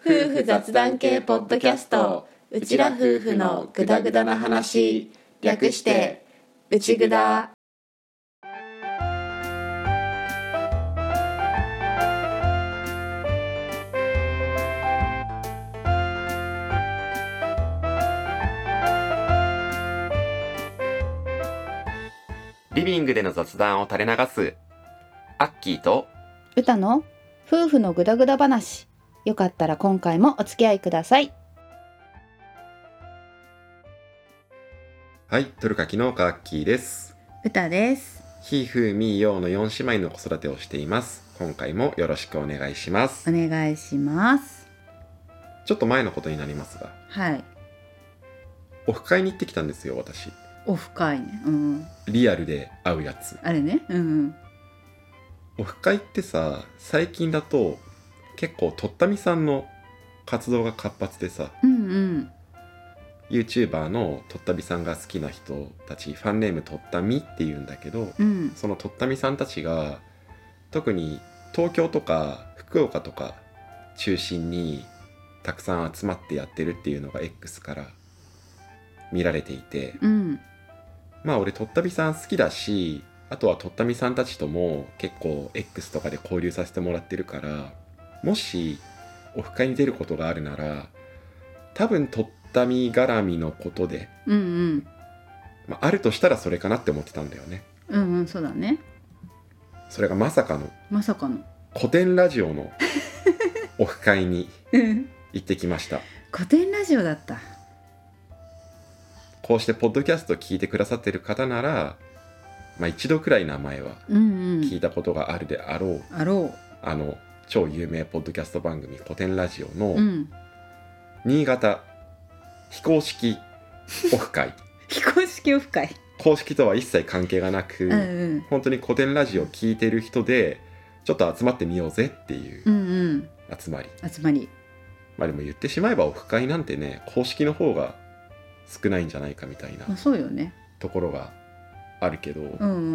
夫婦雑談系ポッドキャスト、うちら夫婦のグダグダな話、略してうちぐだ。 リビングでの雑談を垂れ流すアッキーと歌の夫婦のグダグダ話。よかったら今回もお付き合いください。 はい、トルカキのアッキーです。 歌です。 ひーふーみーよーの4姉妹の子育てをしています。今回もよろしくお願いします。 お願いします。 ちょっと前のことになりますが、 はい。 オフ会に行ってきたんですよ、私。 オフ会ね。 リアルで会うやつ。 あれね。 オフ会ってさ、最近だと結構とったみさんの活動が活発でさ、YouTuber のとったみさんが好きな人たち、ファンネームとったみっていうんだけど、そのとったみさんたちが特に東京とか福岡とか中心にたくさん集まってやってるっていうのが X から見られていて、まあ俺とったみさん好きだし、あとはとったみさんたちとも結構 X とかで交流させてもらってるから、もしオフ会に出ることがあるなら多分とったみ絡みのことで、あるとしたらそれかなって思ってたんだよね。 そうだね。 それがまさかの古典ラジオのオフ会に行ってきました。 古典ラジオだった。 こうしてポッドキャストを聞いてくださってる方なら、一度くらい名前は聞いたことがあるであろう、あの超有名ポッドキャスト番組古典ラジオの新潟非公式オフ会非公式オフ会、 公式とは一切関係がなく、本当に古典ラジオを聞いてる人でちょっと集まってみようぜっていう集まり、でも言ってしまえばオフ会なんてね、公式の方が少ないんじゃないかみたいなそうよね。 ところがあるけど、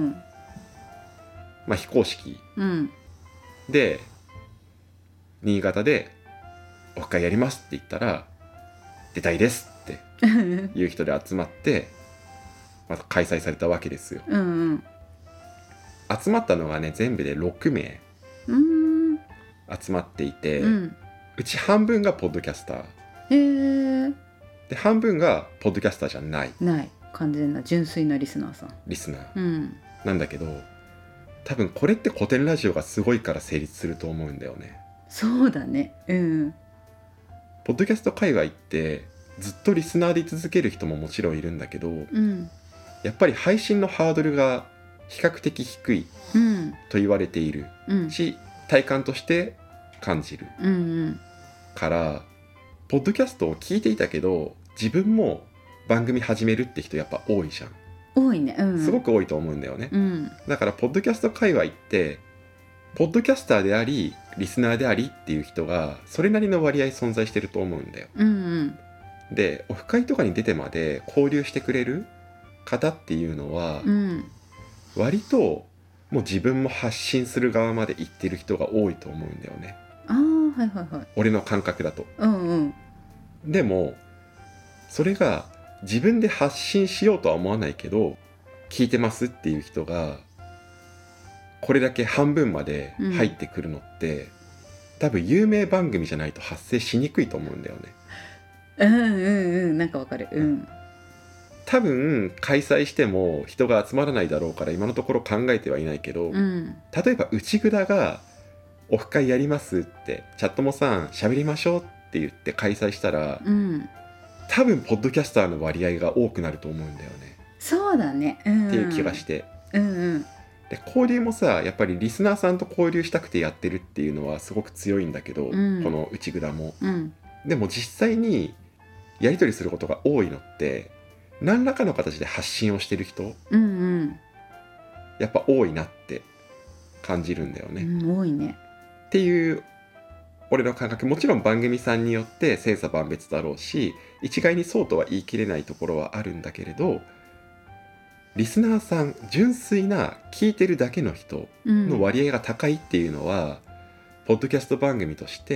非公式、で新潟でオフ会やりますって言ったら出たいですっていう人で集まってまた開催されたわけですよ。集まったのがね、全部で6名集まっていて、うち半分がポッドキャスターで半分がポッドキャスターじゃない完全な純粋なリスナーなんだけど、多分これって古典ラジオがすごいから成立すると思うんだよね。 そうだね。 ポッドキャスト界隈ってずっとリスナーで居続ける人ももちろんいるんだけど、やっぱり配信のハードルが比較的低いと言われているし、体感として感じるから、ポッドキャストを聞いていたけど自分も番組始めるって人やっぱ多いじゃん。 多いね。 すごく多いと思うんだよね。だからポッドキャスト界隈ってポッドキャスターでありリスナーでありっていう人がそれなりの割合存在してると思うんだよ。で、オフ会とかに出てまで交流してくれる方っていうのは、割ともう自分も発信する側まで行ってる人が多いと思うんだよね。俺の感覚だと。でもそれが自分で発信しようとは思わないけど聞いてますっていう人がこれだけ半分まで入ってくるのって、多分有名番組じゃないと発生しにくいと思うんだよね。 なんかわかる。 多分開催しても人が集まらないだろうから今のところ考えてはいないけど、例えば内ぐだがオフ会やりますってチャットもさん喋りましょうって言って開催したら、多分ポッドキャスターの割合が多くなると思うんだよね。 そうだね。 っていう気がして、で交流もさ、やっぱりリスナーさんと交流したくてやってるっていうのはすごく強いんだけど、この内ぐだも、でも実際にやり取りすることが多いのって何らかの形で発信をしてる人、やっぱ多いなって感じるんだよね。 多いねっていう俺の感覚。もちろん番組さんによって千差万別だろうし、一概にそうとは言い切れないところはあるんだけれど、リスナーさん、純粋な聞いてるだけの人の割合が高いっていうのは、ポッドキャスト番組として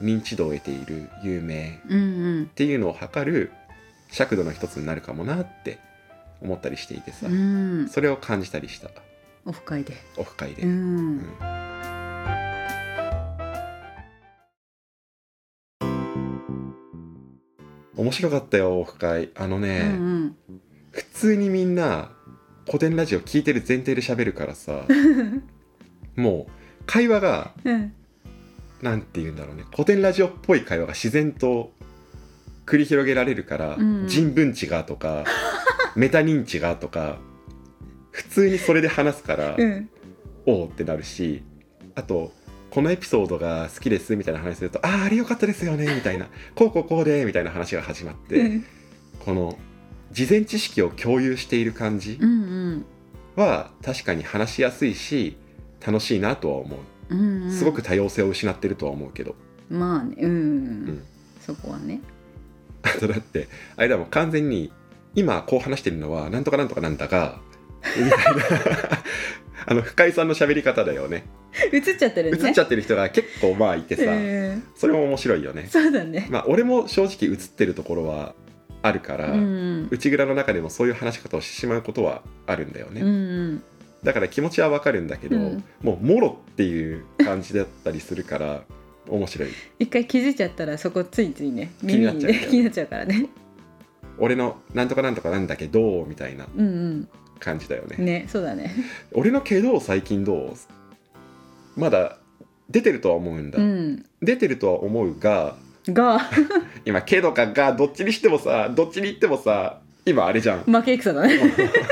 認知度を得ている有名うんうんっていうのを測る尺度の一つになるかもなって思ったりしていてさ、 うんそれを感じたりしたオフ会でオフ会で、 うん面白かったよオフ会。 うんうん普通にみんな古典ラジオ聞いてる前提で喋るからさもう会話がうんなんて言うんだろうね、古典ラジオっぽい会話が自然と繰り広げられるから、 うん人文知がとかメタ認知がとか普通にそれで話すから、 うんおーってなるし、あとこのエピソードが好きですみたいな話すると、あれ良かったですよねみたいなこうでみたいな話が始まって、 うんこの事前知識を共有している感じうんは確かに話しやすいし楽しいなとは思う。 うんすごく多様性を失ってるとは思うけど、 まあねうんうんそこはねあとだってあれだもん、完全に今こう話してるのはなんとかなんとかなんだがみたいな深井さんの喋り方だよね。 映っちゃってるね映っちゃってる人が結構まあいてさ、それも面白いよね。 そうだねまあ俺も正直映ってるところはあるから、 うん内蔵の中でもそういう話し方をしてしまうことはあるんだよね、 うんだから気持ちはわかるんだけど、もうもろっていう感じだったりするから面白い。 一回気づいちゃったらそこついついね気になっちゃう耳にね気になっちゃうからね俺のなんとかなんとかなんだけどみたいなうん感じだよね。 ねそうだね俺のけど最近どう？まだ出てるとは思うんだ、出てるとは思うが今けどかがどっちにしてもさ、どっちに行ってもさ今あれじゃん負け戦だね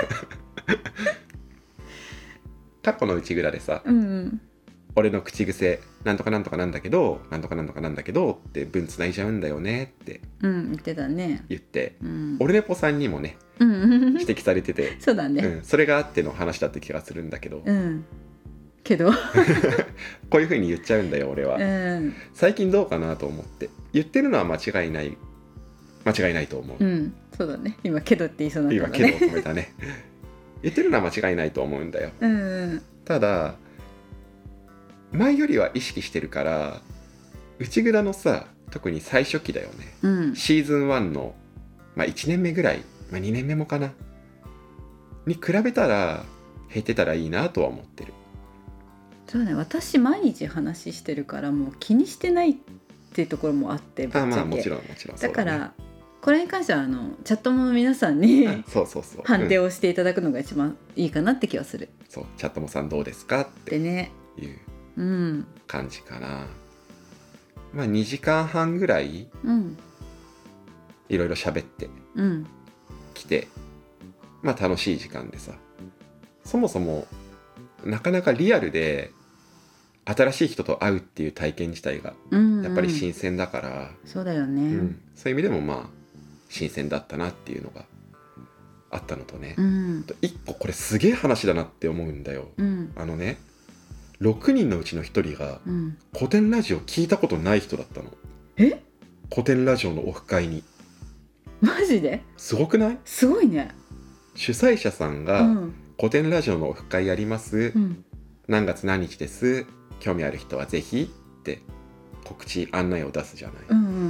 過去の内蔵でさ、俺の口癖なんとかなんとかなんだけどなんとかなんとかなんだけどって文つないじゃうんだよねって言ってたね言って、俺ネポさんにもね指摘されててそうだね、 それがあっての話だって気がするんだけど、 けどこういう風に言っちゃうんだよ俺は、最近どうかなと思って言ってるのは間違いないと思う、 そうだね今けどって言いそうになったんだね今けどを止めたね言ってるのは間違いないと思うんだよ、ただ前よりは意識してるから内蔵のさ特に最初期だよね、シーズン1の、1年目ぐらい、2年目もかなに比べたら減ってたらいいなとは思ってる。 そうね、私毎日話してるからもう気にしてないっていうところもあってぶっちゃけもちろんだからこれに関してはチャットもの皆さんにそう判定をしていただくのが一番いいかなって気はする、 そうチャットもさんどうですかっていう感じかな、2時間半ぐらいいろいろ喋ってきて、楽しい時間でさ、そもそもなかなかリアルで新しい人と会うっていう体験自体がやっぱり新鮮だから、 そうだよね、 そういう意味でも新鮮だったなっていうのがあったのとね、一個これすげえ話だなって思うんだよ、6人のうちの1人が古典ラジオ聞いたことない人だったの。古典ラジオのオフ会に。 マジで？ すごくない？ すごいね。 主催者さんが、古典ラジオのオフ会やります、何月何日です、興味ある人はぜひって告知案内を出すじゃない、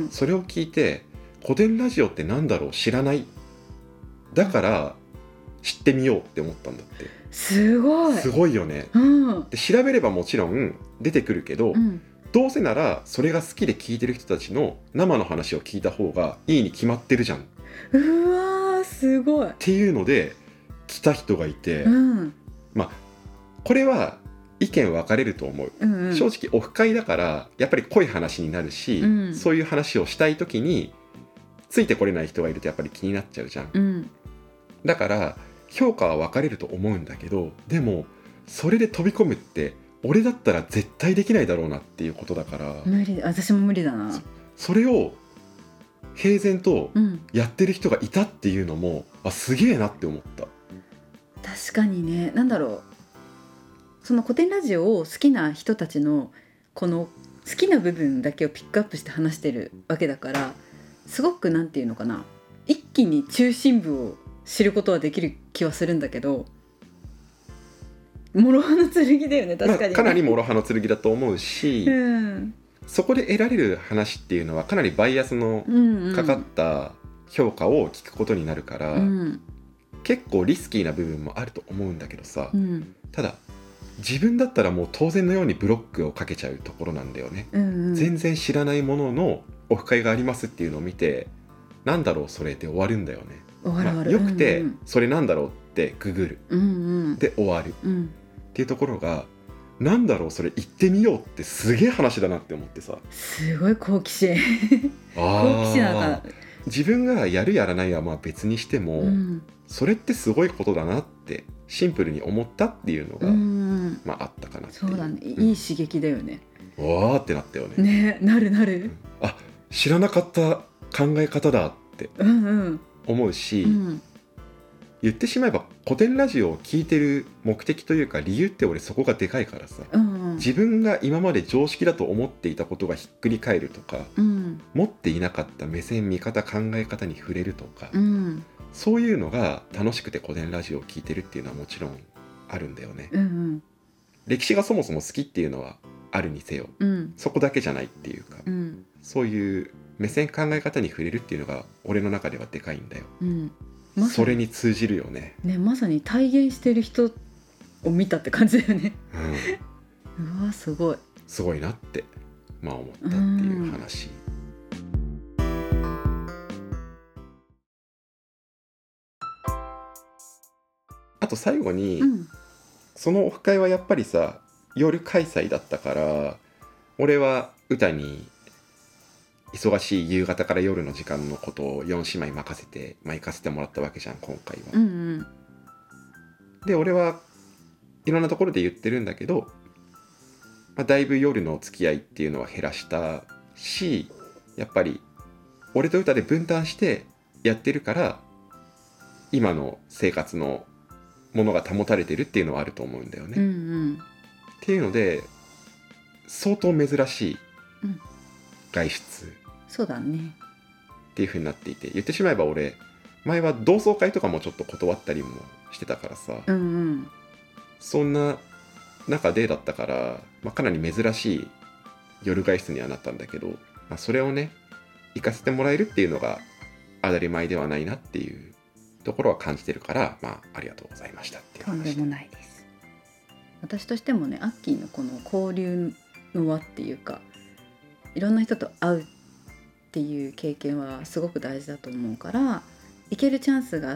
それを聞いて古典ラジオってなんだろう知らない、だから知ってみようって思ったんだって。 すごいよね、で調べればもちろん出てくるけど、どうせならそれが好きで聞いてる人たちの生の話を聞いた方がいいに決まってるじゃん。 うわーすごいっていうので来た人がいて、これは意見分かれると思う、正直オフ会だからやっぱり濃い話になるし、そういう話をしたい時についてこれない人がいるとやっぱり気になっちゃうじゃん、だから評価は分かれると思うんだけど、でもそれで飛び込むって俺だったら絶対できないだろうなっていうことだから、 無理、私も無理だな。 それを平然とやってる人がいたっていうのも、すげえなって思った。 確かにね、なんだろう、その古典ラジオを好きな人たちのこの好きな部分だけをピックアップして話してるわけだから、すごくなんていうのかな、一気に中心部を知ることはできる気はするんだけど、諸刃の剣だよね、確かに、 かなり諸刃の剣だと思うし、 そこで得られる話っていうのはかなりバイアスのかかった評価を聞くことになるから、結構リスキーな部分もあると思うんだけどさ、ただ自分だったらもう当然のようにブロックをかけちゃうところなんだよね、全然知らないもののオフ会がありますっていうのを見て、なんだろうそれで終わるんだよね。よくて、それなんだろうってググる、で終わる、っていうところが、なんだろうそれ行ってみようってすげえ話だなって思ってさ、 すごい好奇心好奇心なんか自分がやるやらないはまあ別にしても、それってすごいことだなってシンプルに思ったっていうのが、まああったかなっていう。 そうだね、いい刺激だよね。 わーってなったよね。 ね、なる、 あ、知らなかった考え方だって思うし、言ってしまえば古典ラジオを聞いてる目的というか理由って俺そこがでかいからさ、自分が今まで常識だと思っていたことがひっくり返るとか、持っていなかった目線見方考え方に触れるとか、そういうのが楽しくて古典ラジオを聞いてるっていうのはもちろんあるんだよね、歴史がそもそも好きっていうのはあるにせよ、そこだけじゃないっていうか、そういう目線考え方に触れるっていうのが俺の中ではでかいんだよ、それに通じるよね。 まさに体現してる人を見たって感じだよね、うわすごいすごいなって、まあ、思ったっていう話、あと最後に、そのオフ会はやっぱりさ夜開催だったから、俺は歌に忙しい夕方から夜の時間のことを4姉妹任せて、行かせてもらったわけじゃん今回は、で俺はいろんなところで言ってるんだけど、だいぶ夜の付き合いっていうのは減らしたし、やっぱり俺と歌で分担してやってるから今の生活のものが保たれてるっていうのはあると思うんだよね、っていうので相当珍しい外出、 そうだねっていう風になっていて、言ってしまえば俺前は同窓会とかもちょっと断ったりもしてたからさ、そんな中でだったから、かなり珍しい夜外出にはなったんだけど、それをね行かせてもらえるっていうのが当たり前ではないなっていうところは感じてるから、ありがとうございましたっていう話。 とんでもないです。私としてもね、アッキーのこの交流の輪っていうか、いろんな人と会うっていう経験はすごく大事だと思うから、行けるチャンスがあって、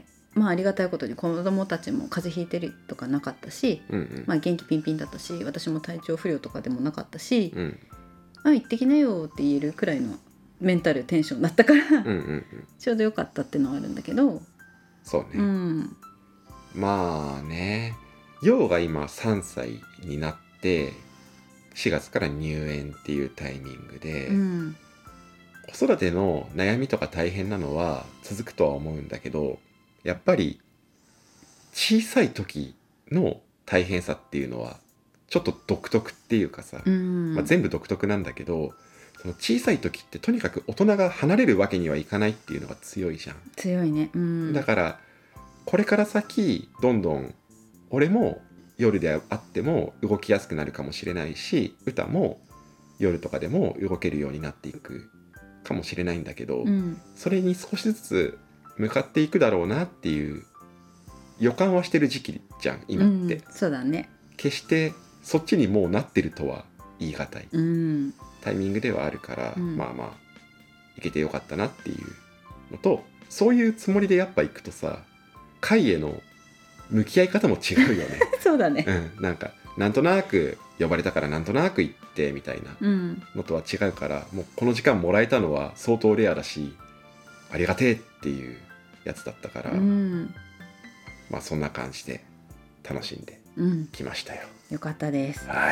ありがたいことに子どもたちも風邪ひいてるとかなかったし、元気ピンピンだったし、私も体調不良とかでもなかったし、行ってきなよって言えるくらいのメンタルテンションだったからちょうどよかったっていうのはあるんだけど、 そうね、まあね、陽が今3歳になって4月から入園っていうタイミングで、子育ての悩みとか大変なのは続くとは思うんだけど、やっぱり小さい時の大変さっていうのはちょっと独特っていうかさ、全部独特なんだけど、その小さい時ってとにかく大人が離れるわけにはいかないっていうのが強いじゃん。 強いね、 だからこれから先どんどん俺も夜であっても動きやすくなるかもしれないし、歌も夜とかでも動けるようになっていくかもしれないんだけど、それに少しずつ向かっていくだろうなっていう予感はしてる時期じゃん今って、 そうだね。 決してそっちにもうなってるとは言い難い、タイミングではあるから、いけてよかったなっていうのと、そういうつもりでやっぱ行くとさ、会への向き合い方も違うよねそうだね、 なんとなく呼ばれたからなんとなく行ってみたいなのとは違うから、もうこの時間もらえたのは相当レアだし、ありがてえっていうやつだったから、そんな感じで楽しんできましたよ、 よかったです。 はい。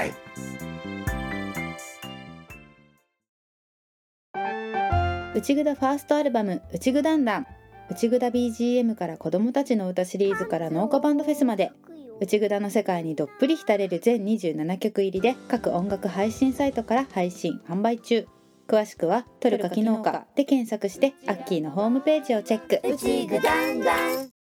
内ぐだファーストアルバム内ぐだんだん、内ぐだ BGM から子どもたちの歌シリーズから農家バンドフェスまで、内ぐだの世界にどっぷり浸れる全27曲入りで各音楽配信サイトから配信販売中。詳しくはトルカ機能かで検索してアッキーのホームページをチェック。内ぐだんだん。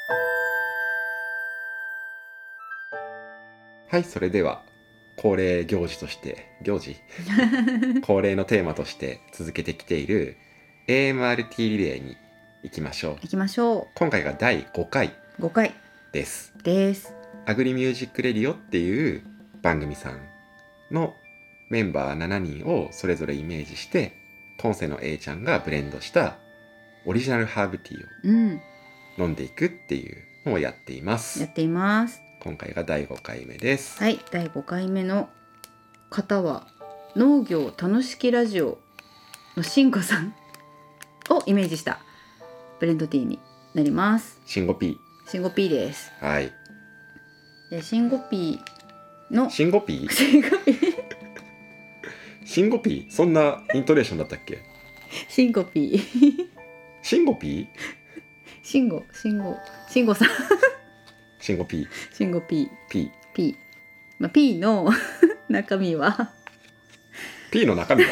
はい、それでは恒例行事として恒例のテーマとして続けてきている AMRT リレーに行きましょう。 行きましょ今回が第5回う。5回ですです。 アグリミュージックレディオっていう番組さんのメンバー7人をそれぞれイメージして、今世の A ちゃんがブレンドしたオリジナルハーブティーを飲んでいくっていうのをやっています。 やっています。 今回が第5回目です。 はい、第5回目の方は農業楽しきラジオのしんごさんをイメージしたブレンドティーになります。 シンゴピしんご P です。 ー。はい。 でしんご P のシンゴピーしんご P シンゴピーそんなイントネーションだったっけ？ しんご P シンゴピーしんごさんシンゴピーしんご P P P の中身は P の中身は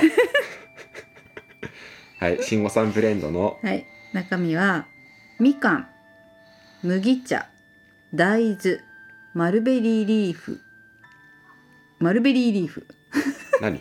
はいシンゴさんブレンドのはい中身はみかん、麦茶、大豆、マルベリーリーフ何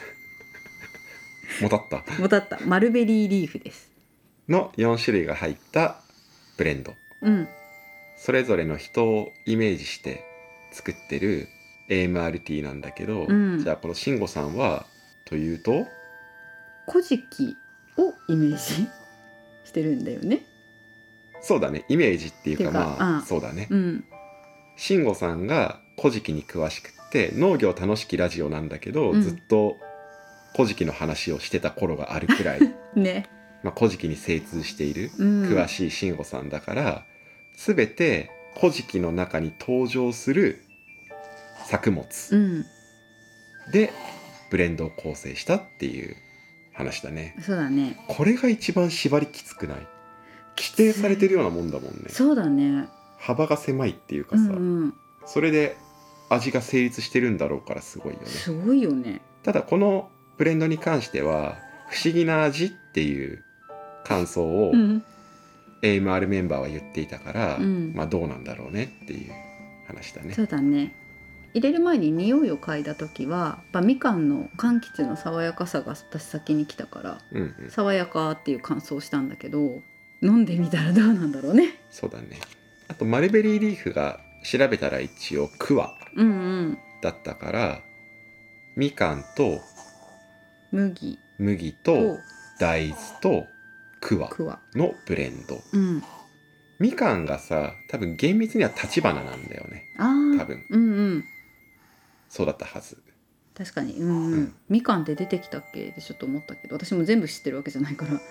もたったマルベリーリーフですの4種類が入ったブレンド。それぞれの人をイメージして作ってる AMRT なんだけど、じゃあこの慎吾さんはというと古事記をイメージしてるんだよね。 そうだね、イメージっていうかまあそうだね。慎吾さんが古事記に詳しくって農業楽しきラジオなんだけど、ずっと古事記の話をしてた頃があるくらいね、 古事記に精通している、詳しい慎吾さんだから全て古事記の中に登場する作物、でブレンドを構成したっていう話だね。 そうだね。 これが一番縛りきつくない？規定されてるようなもんだもんね。 そうだね。 幅が狭いっていうかさ、それで味が成立してるんだろうからすごいよね。 すごいよね。 ただこのブレンドに関しては不思議な味っていう感想を AMR メンバーは言っていたから、まあどうなんだろうねっていう話だね。 そうだね。入れる前に匂いを嗅いだ時はみかんの柑橘の爽やかさが私先に来たから、爽やかっていう感想をしたんだけど、飲んでみたらどうなんだろうね。 そうだね。あとマルベリーリーフが調べたら一応クワだったから、みかんと麦と大豆とクワのブレンド。みかんがさ多分厳密には立花なんだよね。多分そうだったはず。 確かにみかんって出てきたっけってちょっと思ったけど、私も全部知ってるわけじゃないから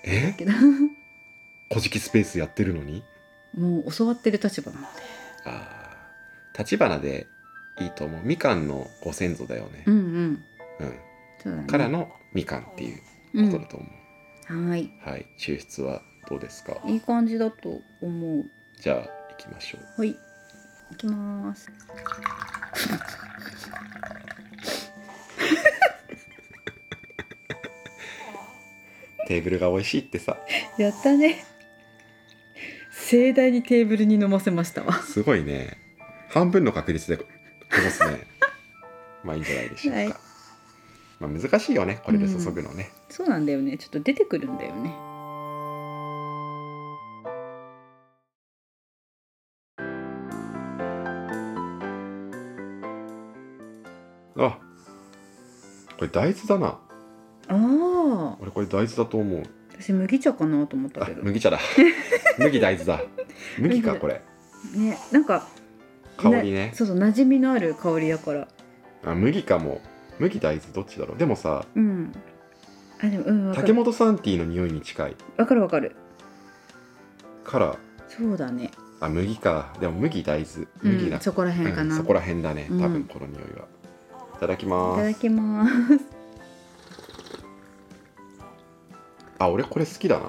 古事記スペースやってるのにもう教わってる立場なので。 立花でいいと思う。みかんのご先祖だよね。 そうだね。 からのみかんっていうことだと思う。はい。抽出はどうですか？ いい感じだと思う。 じゃあ行きましょう。 はい。行きます。 テーブルが美味しいってさ。 やったね。盛大にテーブルに飲ませましたわ。 すごいね。半分の確率でこぼすね。まあいいんじゃないでしょうか。まあ難しいよね、これで注ぐのね。 そうなんだよね。ちょっと出てくるんだよね。 あ、これ大豆だな。俺これ大豆だと思う。 私麦茶かなと思ったけど。 麦茶だ。麦大豆だ。麦かこれ。 ね、なんか香りね。 そう馴染みのある香りだから。 麦かも。麦大豆どっちだろう。でもさ、 でも竹本サンティーの匂いに近い。 わかるから。 そうだね。 麦か。でも麦大豆。麦だ。 そこら辺かな。 そこら辺だね。多分この匂いは。いただきます。 いただきます。 俺これ好きだな。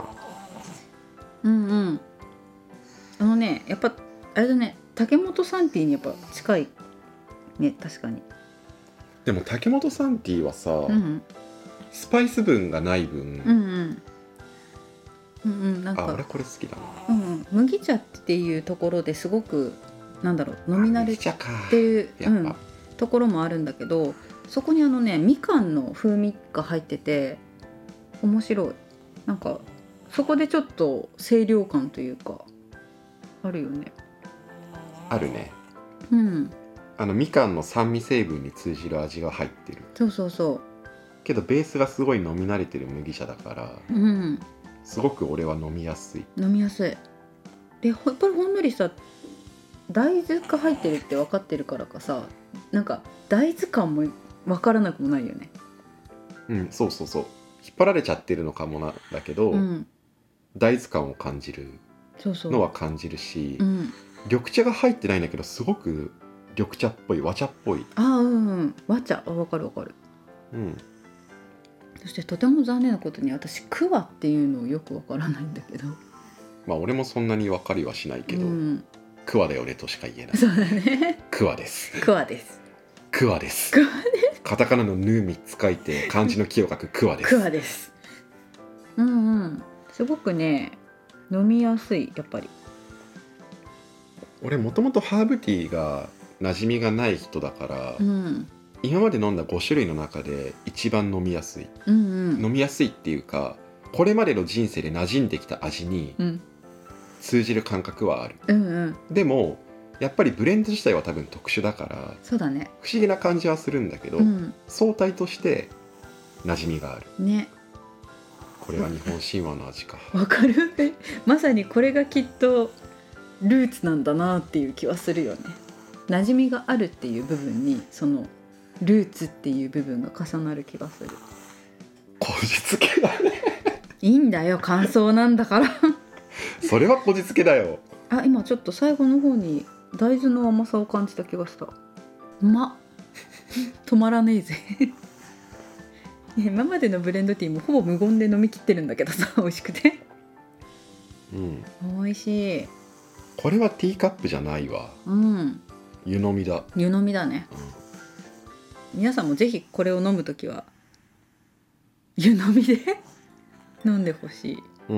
やっぱあれだね、竹本サンティーにやっぱ近いね。確かに。 でも竹本サンティーはさ、スパイス分がない分、なんか俺これ好きだな。 麦茶っていうところですごく飲み慣れてる、ところもあるんだけど、そこにみかんの風味が入ってて面白い。なんかそこでちょっと清涼感というかあるよね。 あるね。 うん。 みかんの酸味成分に通じる味が入ってる。 そうそうそう。 けどベースがすごい飲み慣れてる麦茶だから、 うん、 すごく俺は飲みやすい。 飲みやすい。でやっぱりほんのりさ、大豆が入ってるって分かってるからかさ、なんか大豆感も分からなくもないよね。 うん、そうそうそう。引っ張られちゃってるのかもなんだけど、うん、大豆感を感じるのは感じるし、 うん、 緑茶が入ってないんだけどすごく緑茶っぽい、和茶っぽい。 和茶、分かる分かる。 うん。 そしてとても残念なことに私クワっていうのをよく分からないんだけど、 まあ俺もそんなに分かりはしないけど、クワだよねとしか言えない。 そうだね。 クワです。 クワです。 クワです。カタカナのヌ3つ書いて漢字の木を書くクワです。 クワです。すごくね飲みやすい。やっぱり俺もともとハーブティーが馴染みがない人だから、今まで飲んだ5種類の中で一番飲みやすい、飲みやすいっていうか、これまでの人生で馴染んできた味に通じる感覚はある、でもやっぱりブレンド自体は多分特殊だから、 そうだね、 不思議な感じはするんだけど、相対として馴染みがあるね。 これは日本神話の味か。 わかる。まさにこれがきっとルーツなんだなっていう気はするよね。馴染みがあるっていう部分にそのルーツっていう部分が重なる気がする。 こじつけだね。 いいんだよ、感想なんだからそれはこじつけだよ。 今ちょっと最後の方に大豆の甘さを感じた気がした。止まらねえぜ今までのブレンドティーもほぼ無言で飲み切ってるんだけどさ、美味しくて、美味しい。 これはティーカップじゃないわ。湯飲みだ。 湯飲みだね、皆さんもぜひこれを飲むときは湯飲みで飲んでほしい。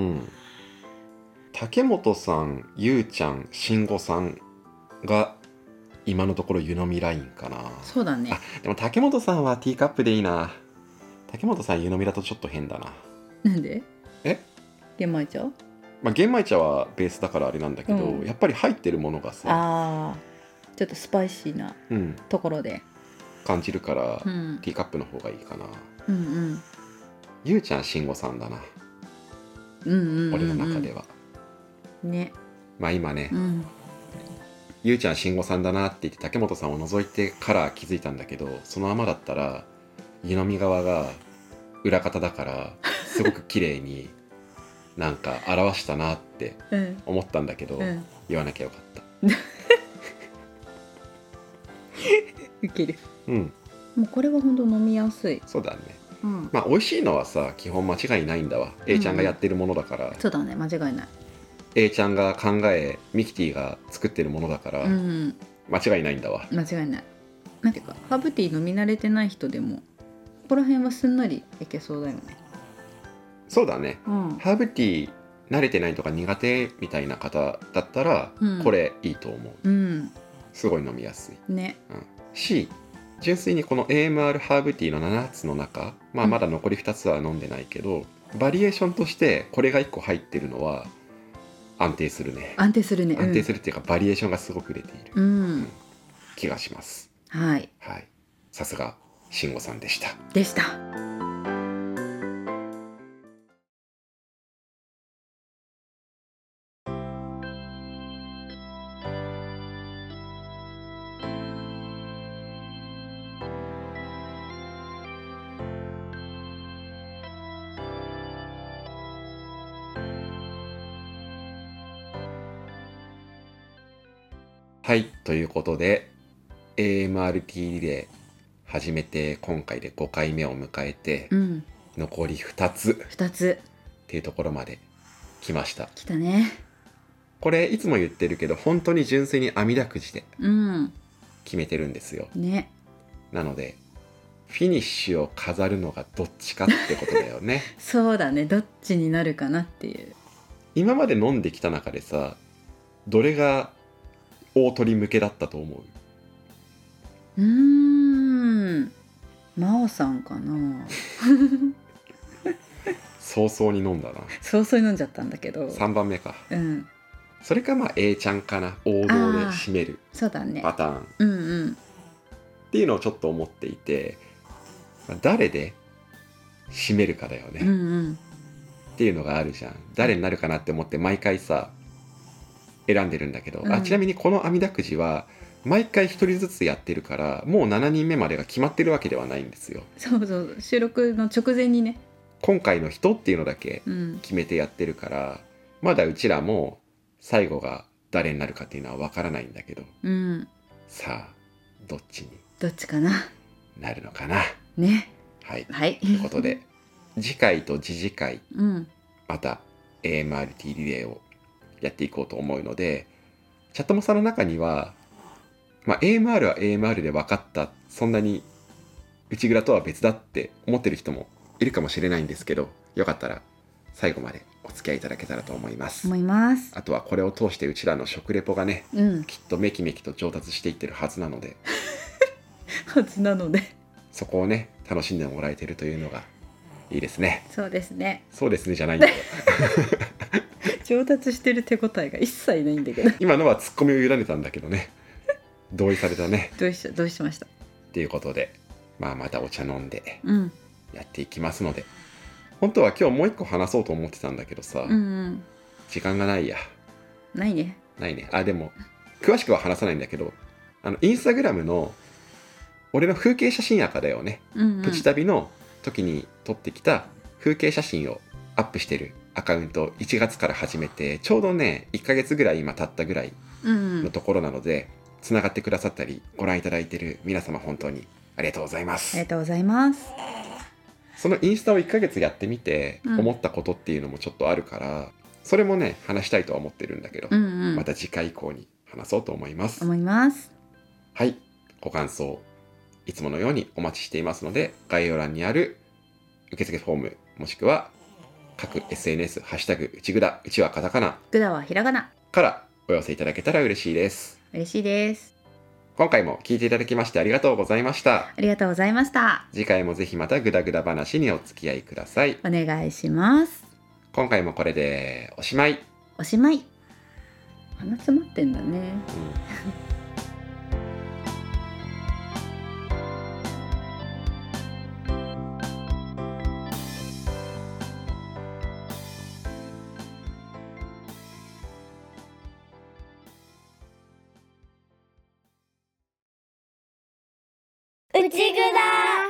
竹本さん、ゆうちゃん、しんごさんが今のところ湯飲みラインかな。 そうだね。 でも竹本さんはティーカップでいいな。竹本さん湯飲みだとちょっと変だな。 なんで？玄米茶？ 玄米茶はベースだからあれなんだけど、やっぱり入ってるものがさ、 ちょっとスパイシーなところで感じるから、ティーカップの方がいいかな。ゆうちゃん、しんごさんだな、俺の中ではね。 今ね、ゆうちゃん、しんごさんだなって言って竹本さんを除いてから気づいたんだけど、そのままだったら湯飲み側が裏方だからすごく綺麗になんか表したなって思ったんだけど、言わなきゃよかったウケる。もうこれは本当飲みやすい。 そうだね。美味しいのはさ基本間違いないんだわ。A ちゃんがやってるものだから。 そうだね、間違いない。 A ちゃんが考え、ミキティが作ってるものだから、間違いないんだわ。 間違いない。なんていうかハーブティー飲み慣れてない人でもここら辺はすんなりいけそうだよね。 そうだね、ハーブティー慣れてないとか苦手みたいな方だったら、これいいと思う、すごい飲みやすいね、 し、純粋にこの AMR ハーブティーの7つの中、まだ残り2つは飲んでないけど、バリエーションとしてこれが1個入ってるのは安定するね。 安定するね、 安定するっていうか、バリエーションがすごく出ている、気がします。はい、さすが慎吾さんでした。はい、ということで AMRT リレー始めて今回で5回目を迎えて、残り2つっていうところまで来ました。 来たね。 これいつも言ってるけど本当に純粋に網だくじで決めてるんですよ、なのでフィニッシュを飾るのがどっちかってことだよねそうだね、どっちになるかなっていう。 今まで飲んできた中でさ、 どれが大鳥向けだったと思う？ 真央さんかな。 早々に飲んだな。 早々に飲んじゃったんだけど。 3番目か。 うん。 それかまあ A ちゃんかな、王道で締めるそうだねパターンうんうんっていうのをちょっと思っていて、誰で締めるかだよね、 うんうんっていうのがあるじゃん。誰になるかなって思って毎回さ選んでるんだけど、ちなみにこの網だくじは毎回1人ずつやってるからもう7人目までが決まってるわけではないんですよ。 そうそう、収録の直前にね今回の人っていうのだけ決めてやってるから、まだうちらも最後が誰になるかっていうのは分からないんだけど、さあどっちかななるのかなね。 はい、 はい、 ということで次回と次々回、また AMRT リレーをやっていこうと思うので、チャットモさんの中には、AMR は AMR で分かった、そんなに内蔵とは別だって思ってる人もいるかもしれないんですけど、よかったら最後までお付き合いいただけたらと思います。あとはこれを通してうちらの食レポがね、きっとメキメキと上達していってるはずなのでそこをね楽しんでもらえてるというのがいいですね。 そうですねじゃないんだよ上達してる手応えが一切ないんだけど今のはツッコミを委ねたんだけどね、同意されたね。 どうしましたっていうことで、またお茶飲んでやっていきますので、本当は今日もう一個話そうと思ってたんだけどさ、時間がないや。 ないね。 でも詳しくは話さないんだけど、インスタグラムの俺の風景写真赤だよね、プチ旅の時に撮ってきた風景写真をアップしてるアカウント1月から始めて、ちょうどね1ヶ月ぐらい今経ったぐらいのところなので、つながってくださったりご覧いただいてる皆様本当にありがとうございます。 ありがとうございます。 そのインスタを1ヶ月やってみて思ったことっていうのもちょっとあるから、それもね話したいとは思ってるんだけど、また次回以降に話そうと思います。はい、ご感想いつものようにお待ちしていますので、概要欄にある受付フォームもしくは各 SNS ハッシュタグうちぐだ、うちはカタカナ、 ぐだはひらがなからお寄せいただけたら嬉しいです。 嬉しいです。 今回も聞いていただきましてありがとうございました。 ありがとうございました。 次回もぜひまたぐだぐだ話にお付き合いください。 お願いします。 今回もこれでおしまい。 鼻詰まってんだね。 うちぐだ。